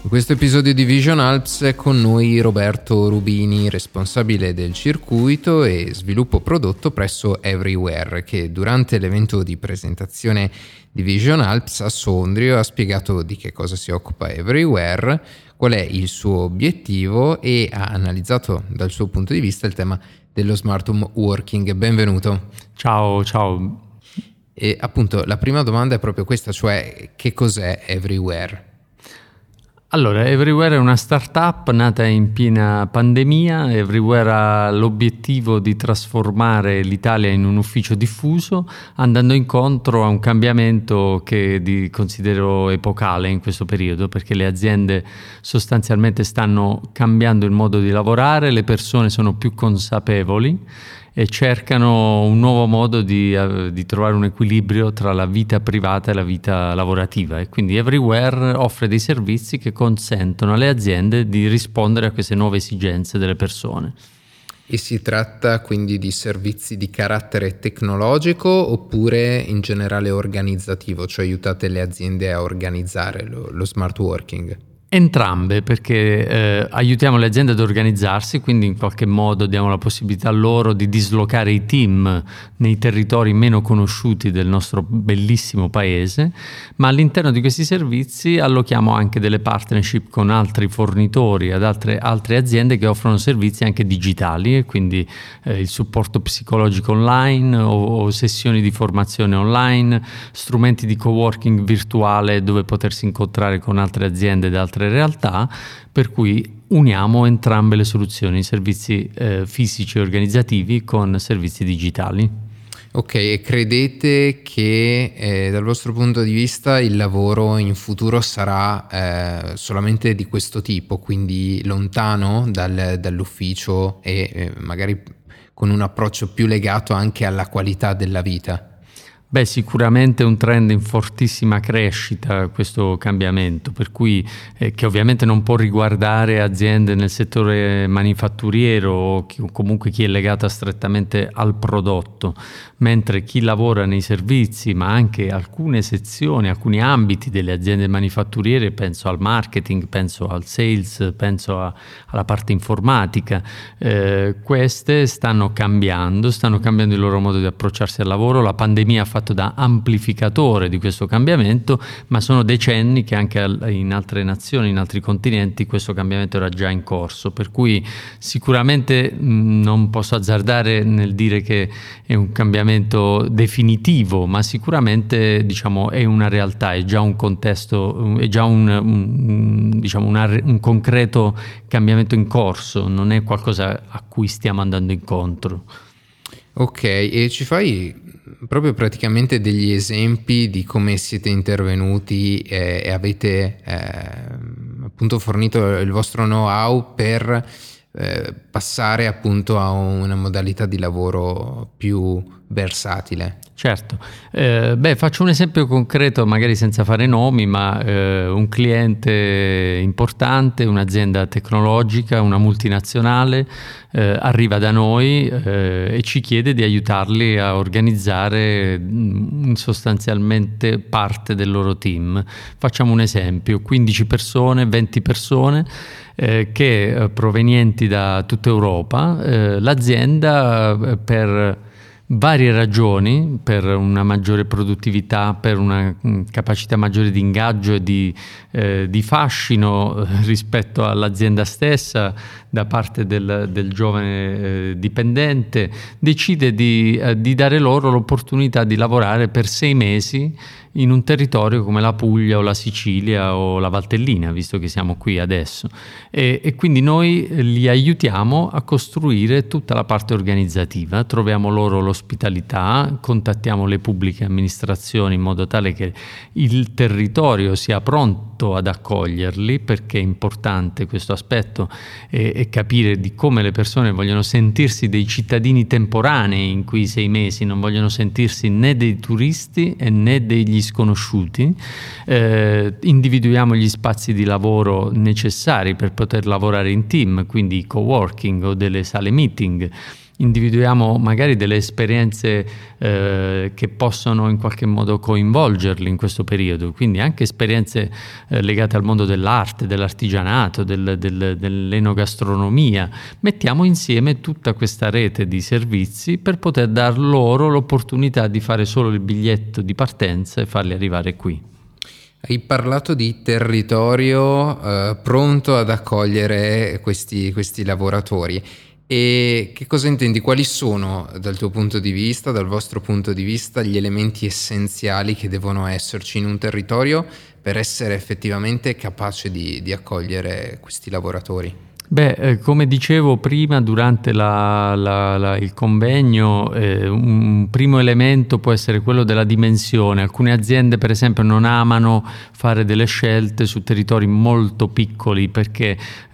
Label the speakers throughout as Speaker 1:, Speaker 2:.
Speaker 1: In questo episodio di Vision Alps è con noi Roberto Rubini, responsabile del circuito e sviluppo prodotto presso Everywhere, che durante l'evento di presentazione di Vision Alps a Sondrio ha spiegato di che cosa si occupa Everywhere, qual è il suo obiettivo e ha analizzato dal suo punto di vista il tema dello smart working. Benvenuto.
Speaker 2: Ciao.
Speaker 1: E appunto la prima domanda è proprio questa, cioè che cos'è Everywhere?
Speaker 2: Allora, Everywhere è una startup nata in piena pandemia. Everywhere ha l'obiettivo di trasformare l'Italia in un ufficio diffuso, andando incontro a un cambiamento che considero epocale in questo periodo, perché le aziende sostanzialmente stanno cambiando il modo di lavorare, le persone sono più consapevoli e cercano un nuovo modo di trovare un equilibrio tra la vita privata e la vita lavorativa, e quindi Everywhere offre dei servizi che consentono alle aziende di rispondere a queste nuove esigenze delle persone.
Speaker 1: E si tratta quindi di servizi di carattere tecnologico oppure in generale organizzativo, cioè aiutate le aziende a organizzare lo smart working?
Speaker 2: Entrambe, perché aiutiamo le aziende ad organizzarsi, quindi in qualche modo diamo la possibilità loro di dislocare i team nei territori meno conosciuti del nostro bellissimo paese, ma all'interno di questi servizi allochiamo anche delle partnership con altri fornitori ad altre aziende che offrono servizi anche digitali, e quindi il supporto psicologico online o sessioni di formazione online, strumenti di coworking virtuale dove potersi incontrare con altre aziende ed altre realtà, per cui uniamo entrambe le soluzioni, servizi fisici e organizzativi con servizi digitali.
Speaker 1: Ok, e credete che dal vostro punto di vista il lavoro in futuro sarà solamente di questo tipo, quindi lontano dall'ufficio e magari con un approccio più legato anche alla qualità della vita?
Speaker 2: Beh, sicuramente è un trend in fortissima crescita questo cambiamento, per cui che ovviamente non può riguardare aziende nel settore manifatturiero o comunque chi è legata strettamente al prodotto, mentre chi lavora nei servizi, ma anche alcune sezioni, alcuni ambiti delle aziende manifatturiere, penso al marketing, penso al sales, penso alla parte informatica, queste stanno cambiando il loro modo di approcciarsi al lavoro. La pandemia ha fatto da amplificatore di questo cambiamento, ma sono decenni che anche in altre nazioni, in altri continenti, questo cambiamento era già in corso, per cui sicuramente non posso azzardare nel dire che è un cambiamento definitivo, ma sicuramente è una realtà, è già un contesto, è già un concreto cambiamento in corso, non è qualcosa a cui stiamo andando incontro.
Speaker 1: Ok, e ci fai proprio praticamente degli esempi di come siete intervenuti e avete appunto fornito il vostro know-how per passare appunto a una modalità di lavoro più versatile?
Speaker 2: Certo, faccio un esempio concreto, magari senza fare nomi, ma un cliente importante, un'azienda tecnologica, una multinazionale, arriva da noi e ci chiede di aiutarli a organizzare sostanzialmente parte del loro team. Facciamo un esempio: 15 persone, 20 persone che provenienti da tutta Europa. L'azienda per varie ragioni, per una maggiore produttività, per una capacità maggiore di ingaggio e di fascino rispetto all'azienda stessa da parte del giovane dipendente, decide di dare loro l'opportunità di lavorare per 6 mesi in un territorio come la Puglia o la Sicilia o la Valtellina, visto che siamo qui adesso, e quindi noi li aiutiamo a costruire tutta la parte organizzativa, troviamo loro l'ospitalità, contattiamo le pubbliche amministrazioni in modo tale che il territorio sia pronto ad accoglierli, perché è importante questo aspetto, e capire di come le persone vogliono sentirsi dei cittadini temporanei in quei 6 mesi, non vogliono sentirsi né dei turisti e né degli sconosciuti. Individuiamo gli spazi di lavoro necessari per poter lavorare in team, quindi coworking o delle sale meeting. individuiamo magari delle esperienze che possono in qualche modo coinvolgerli in questo periodo, quindi anche esperienze legate al mondo dell'arte, dell'artigianato, dell'enogastronomia. Mettiamo insieme tutta questa rete di servizi per poter dar loro l'opportunità di fare solo il biglietto di partenza e farli arrivare qui.
Speaker 1: Hai parlato di territorio pronto ad accogliere questi lavoratori. E che cosa intendi? Quali sono, dal tuo punto di vista, dal vostro punto di vista, gli elementi essenziali che devono esserci in un territorio per essere effettivamente capace di accogliere questi lavoratori?
Speaker 2: Come dicevo prima durante il convegno, un primo elemento può essere quello della dimensione. Alcune aziende, per esempio, non amano fare delle scelte su territori molto piccoli perché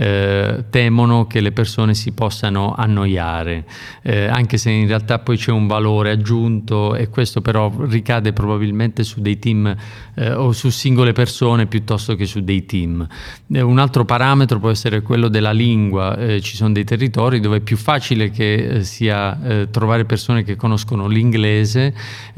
Speaker 2: temono che le persone si possano annoiare, anche se in realtà poi c'è un valore aggiunto, e questo però ricade probabilmente su dei team o su singole persone piuttosto che su dei team. Un altro parametro può essere quello della lingua. Ci sono dei territori dove è più facile che sia trovare persone che conoscono l'inglese,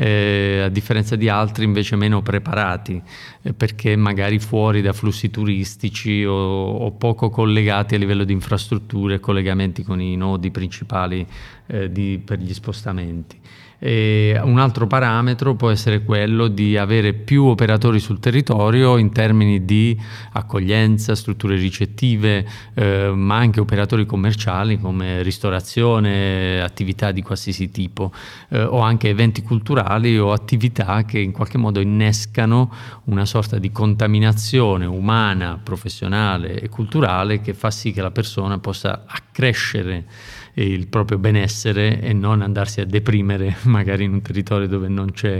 Speaker 2: a differenza di altri invece meno preparati, perché magari fuori da flussi turistici o poco collegati a livello di infrastrutture e collegamenti con i nodi principali per gli spostamenti. E un altro parametro può essere quello di avere più operatori sul territorio in termini di accoglienza, strutture ricettive, ma anche operatori commerciali come ristorazione, attività di qualsiasi tipo, o anche eventi culturali o attività che in qualche modo innescano una sorta di contaminazione umana, professionale e culturale che fa sì che la persona possa accrescere il proprio benessere e non andarsi a deprimere magari in un territorio dove non c'è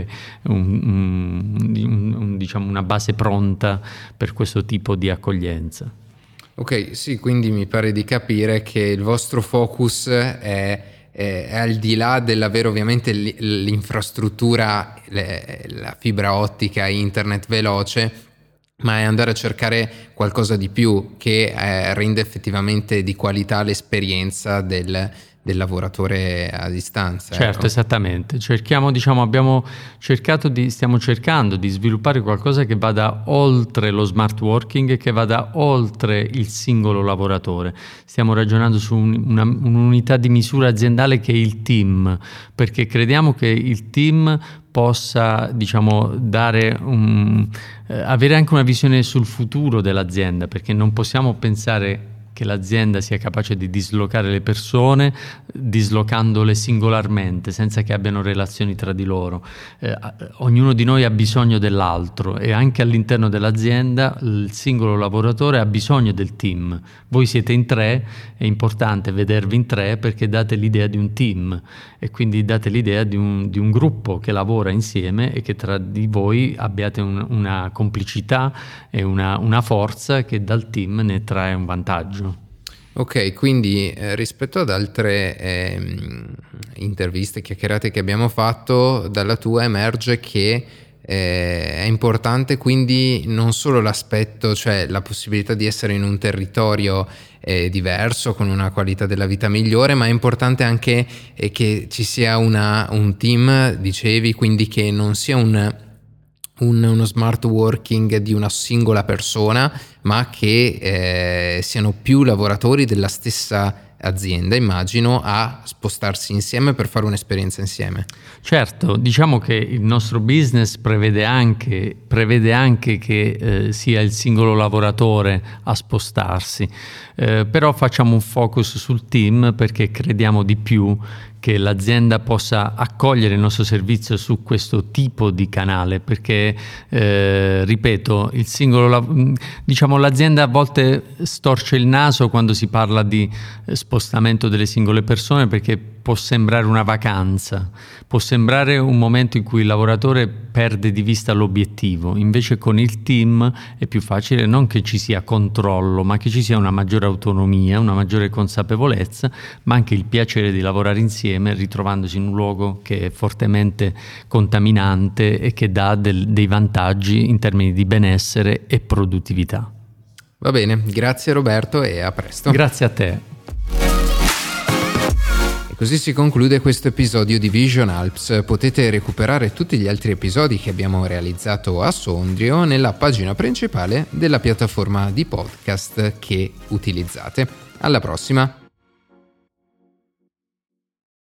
Speaker 2: diciamo una base pronta per questo tipo di accoglienza.
Speaker 1: Ok, sì, quindi mi pare di capire che il vostro focus è al di là dell'avere ovviamente l'infrastruttura, la fibra ottica, internet veloce, ma è andare a cercare qualcosa di più che rende effettivamente di qualità l'esperienza del lavoratore a distanza.
Speaker 2: Certo,
Speaker 1: ecco.
Speaker 2: Esattamente. Stiamo cercando di sviluppare qualcosa che vada oltre lo smart working e che vada oltre il singolo lavoratore. Stiamo ragionando su un'unità di misura aziendale che è il team, perché crediamo che il team possa, avere anche una visione sul futuro dell'azienda, perché non possiamo pensare che l'azienda sia capace di dislocare le persone dislocandole singolarmente senza che abbiano relazioni tra di loro. Ognuno di noi ha bisogno dell'altro e anche all'interno dell'azienda il singolo lavoratore ha bisogno del team. Voi siete in 3, è importante vedervi in 3 perché date l'idea di un team e quindi date l'idea di un gruppo che lavora insieme e che tra di voi abbiate una complicità e una forza che dal team ne trae un vantaggio.
Speaker 1: Ok, quindi rispetto ad altre interviste, chiacchierate che abbiamo fatto, dalla tua emerge che è importante quindi non solo l'aspetto, cioè la possibilità di essere in un territorio diverso, con una qualità della vita migliore, ma è importante anche che ci sia un team, dicevi, quindi che non sia uno smart working di una singola persona, ma che siano più lavoratori della stessa azienda, immagino, a spostarsi insieme per fare un'esperienza insieme.
Speaker 2: Certo, diciamo che il nostro business prevede anche che sia il singolo lavoratore a spostarsi, però facciamo un focus sul team perché crediamo di più che l'azienda possa accogliere il nostro servizio su questo tipo di canale, perché ripeto, il singolo l'azienda a volte storce il naso quando si parla di spostamento delle singole persone, perché può sembrare una vacanza, può sembrare un momento in cui il lavoratore perde di vista l'obiettivo. Invece con il team è più facile non che ci sia controllo, ma che ci sia una maggiore autonomia, una maggiore consapevolezza, ma anche il piacere di lavorare insieme ritrovandosi in un luogo che è fortemente contaminante e che dà dei vantaggi in termini di benessere e produttività.
Speaker 1: Va bene, grazie Roberto e a presto.
Speaker 2: Grazie a te.
Speaker 1: Così si conclude questo episodio di Vision Alps. Potete recuperare tutti gli altri episodi che abbiamo realizzato a Sondrio nella pagina principale della piattaforma di podcast che utilizzate. Alla prossima!